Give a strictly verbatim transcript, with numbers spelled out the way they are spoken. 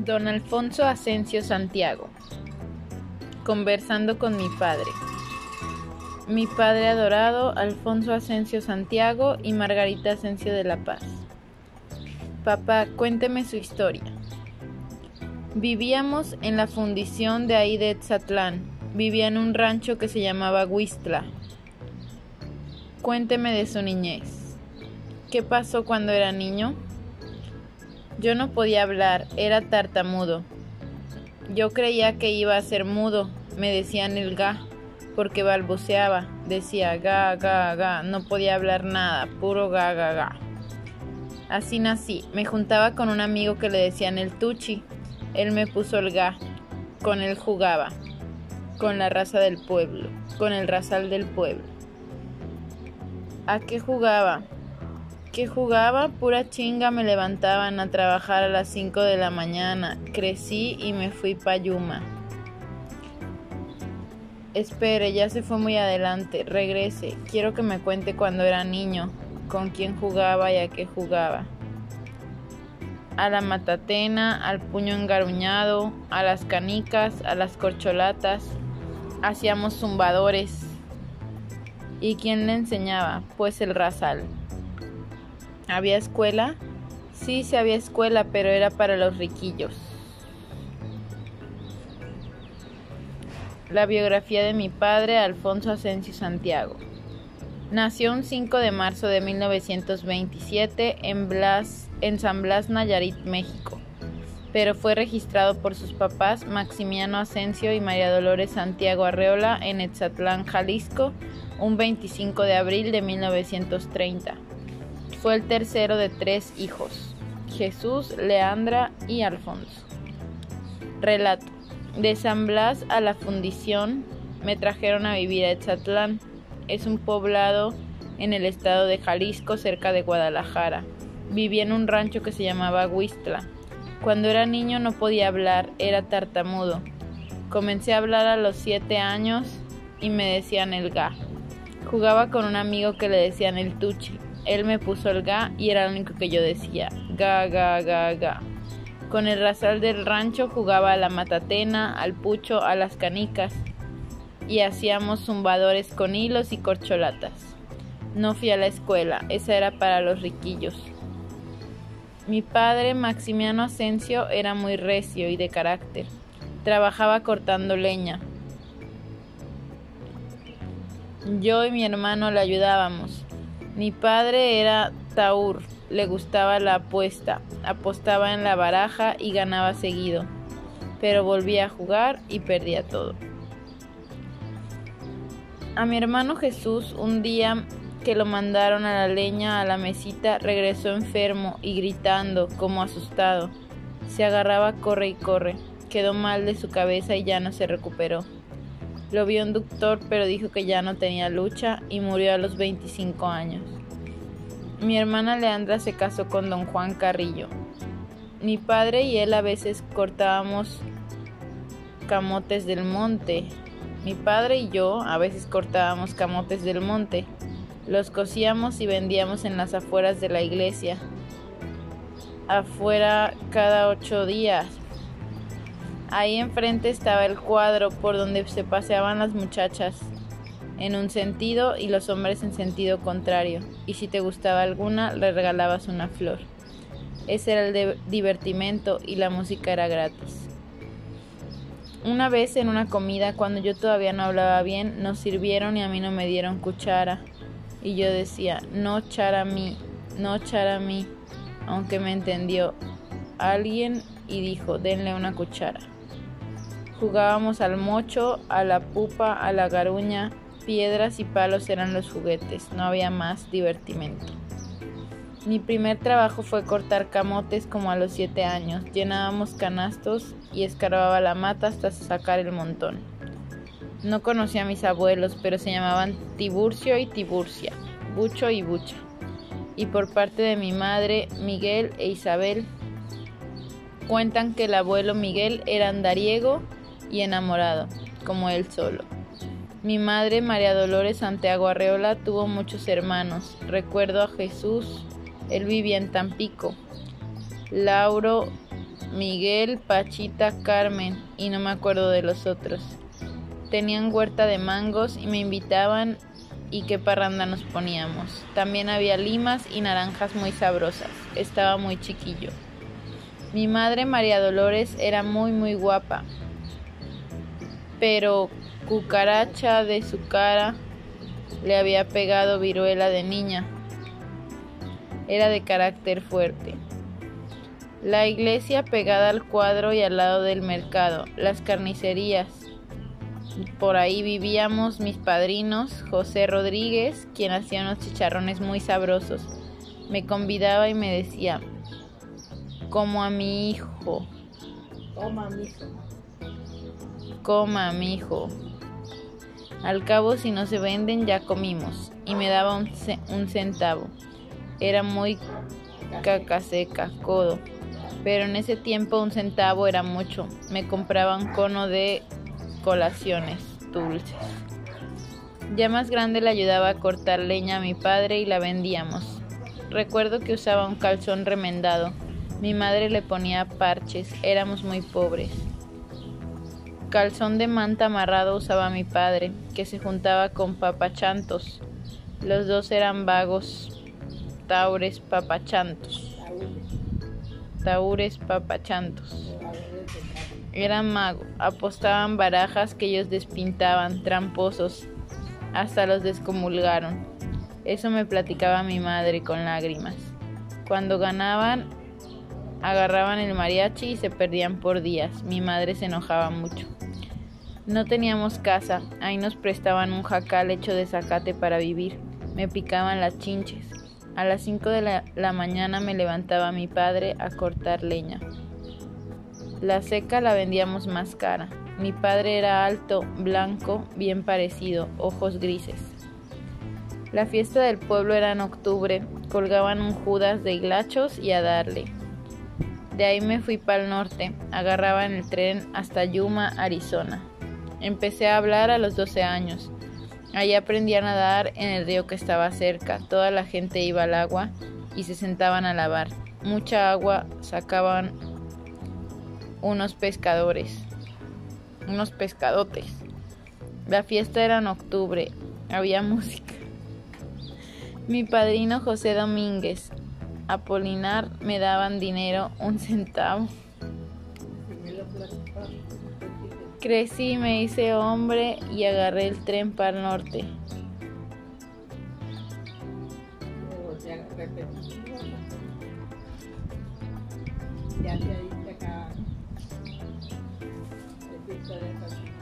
Don Alfonso Asensio Santiago. Conversando con mi padre. Mi padre adorado, Alfonso Asensio Santiago y Margarita Asensio de la Paz. Papá, cuénteme su historia. Vivíamos en la fundición de ahí de Etzatlán. Vivía en un rancho que se llamaba Huistla. Cuénteme de su niñez. ¿Qué pasó cuando era niño? Yo no podía hablar, era tartamudo. Yo creía que iba a ser mudo, me decían el ga, porque balbuceaba, decía ga, ga, ga, no podía hablar nada, puro ga, ga, ga. Así nací, me juntaba con un amigo que le decían el tuchi, él me puso el ga, con él jugaba, con la raza del pueblo, con el razal del pueblo. ¿A qué jugaba? ¿Qué jugaba? Pura chinga me levantaban a trabajar a las cinco de la mañana. Crecí y me fui pa' Yuma. Espere, ya se fue muy adelante. Regrese. Quiero que me cuente cuando era niño, con quién jugaba y a qué jugaba. A la matatena, al puño engaruñado, a las canicas, a las corcholatas. Hacíamos zumbadores. ¿Y quién le enseñaba? Pues el razal. ¿Había escuela? Sí, sí había escuela, pero era para los riquillos. La biografía de mi padre, Alfonso Asensio Santiago. Nació un cinco de marzo de mil novecientos veintisiete en, Blas, en San Blas, Nayarit, México, pero fue registrado por sus papás Maximiano Asensio y María Dolores Santiago Arreola en Etzatlán, Jalisco, un veinticinco de abril de mil novecientos treinta. Fue el tercero de tres hijos, Jesús, Leandra y Alfonso. Relato. De San Blas a la fundición me trajeron a vivir a Etzatlán. Es un poblado en el estado de Jalisco, cerca de Guadalajara. Viví en un rancho que se llamaba Huistla. Cuando era niño no podía hablar, era tartamudo. Comencé a hablar a los siete años y me decían el ga. Jugaba con un amigo que le decían el tuchi. Él me puso el ga y era lo único que yo decía, ga, ga, ga, ga. Con el razal del rancho jugaba a la matatena, al pucho, a las canicas y hacíamos zumbadores con hilos y corcholatas. No fui a la escuela, esa era para los riquillos. Mi padre, Maximiano Asensio, era muy recio y de carácter. Trabajaba cortando leña. Yo y mi hermano le ayudábamos. Mi padre era taur, le gustaba la apuesta, apostaba en la baraja y ganaba seguido, pero volvía a jugar y perdía todo. A mi hermano Jesús, un día que lo mandaron a la leña a la mesita, regresó enfermo y gritando, como asustado. Se agarraba corre y corre, quedó mal de su cabeza y ya no se recuperó. Lo vio un doctor, pero dijo que ya no tenía lucha y murió a los veinticinco años. Mi hermana Leandra se casó con don Juan Carrillo. Mi padre y él a veces cortábamos camotes del monte. Mi padre y yo a veces cortábamos camotes del monte. Los cocíamos y vendíamos en las afueras de la iglesia. Afuera cada ocho días. Ahí enfrente estaba el cuadro por donde se paseaban las muchachas en un sentido y los hombres en sentido contrario, y si te gustaba alguna le regalabas una flor. Ese era el divertimento y la música era gratis. Una vez en una comida, cuando yo todavía no hablaba bien, nos sirvieron y a mí no me dieron cuchara, y yo decía, no chara mí, no chara mí, aunque me entendió alguien y dijo, denle una cuchara. Jugábamos al mocho, a la pupa, a la garuña, piedras y palos eran los juguetes, no había más divertimento. Mi primer trabajo fue cortar camotes como a los siete años, llenábamos canastos y escarbaba la mata hasta sacar el montón. No conocía a mis abuelos, pero se llamaban Tiburcio y Tiburcia, Bucho y Bucha. Y por parte de mi madre, Miguel e Isabel, cuentan que el abuelo Miguel era andariego y enamorado, como él solo. Mi madre, María Dolores Santiago Arreola, tuvo muchos hermanos. Recuerdo a Jesús, él vivía en Tampico. Lauro Miguel, Pachita, Carmen y no me acuerdo de los otros. Tenían huerta de mangos y me invitaban y qué parranda nos poníamos. También había limas y naranjas muy sabrosas. Estaba muy chiquillo. Mi madre, María Dolores, era muy muy guapa, pero cucaracha de su cara le había pegado viruela de niña. Era de carácter fuerte. La iglesia pegada al cuadro y al lado del mercado, las carnicerías. Por ahí vivíamos mis padrinos, José Rodríguez, quien hacía unos chicharrones muy sabrosos. Me convidaba y me decía, como a mi hijo. Toma, mijo. Coma, mijo. Al cabo, si no se venden, ya comimos. Y me daba un, ce- un centavo. Era muy cacaseca, codo. Pero en ese tiempo un centavo era mucho. Me compraba un cono de colaciones dulces. Ya más grande le ayudaba a cortar leña a mi padre y la vendíamos. Recuerdo que usaba un calzón remendado. Mi madre le ponía parches. Éramos muy pobres. Calzón de manta amarrado usaba mi padre, que se juntaba con papachantos. Los dos eran vagos. Taures papachantos. Taures papachantos. Eran magos, apostaban barajas que ellos despintaban, tramposos, hasta los descomulgaron. Eso me platicaba mi madre con lágrimas. Cuando ganaban, agarraban el mariachi y se perdían por días. Mi madre se enojaba mucho. No teníamos casa, ahí nos prestaban un jacal hecho de zacate para vivir. Me picaban las chinches. A las cinco de la, la mañana me levantaba mi padre a cortar leña. La seca la vendíamos más cara. Mi padre era alto, blanco, bien parecido, ojos grises. La fiesta del pueblo era en octubre, colgaban un Judas de hilachos y a darle. De ahí me fui para el norte, agarraba en el tren hasta Yuma, Arizona. Empecé a hablar a los doce años. Allí aprendí a nadar en el río que estaba cerca. Toda la gente iba al agua y se sentaban a lavar. Mucha agua sacaban unos pescadores, unos pescadotes. La fiesta era en octubre, había música. Mi padrino José Domínguez, Apolinar me daban dinero, un centavo. Crecí, me hice hombre y agarré el tren para el norte. Ya te diste acá.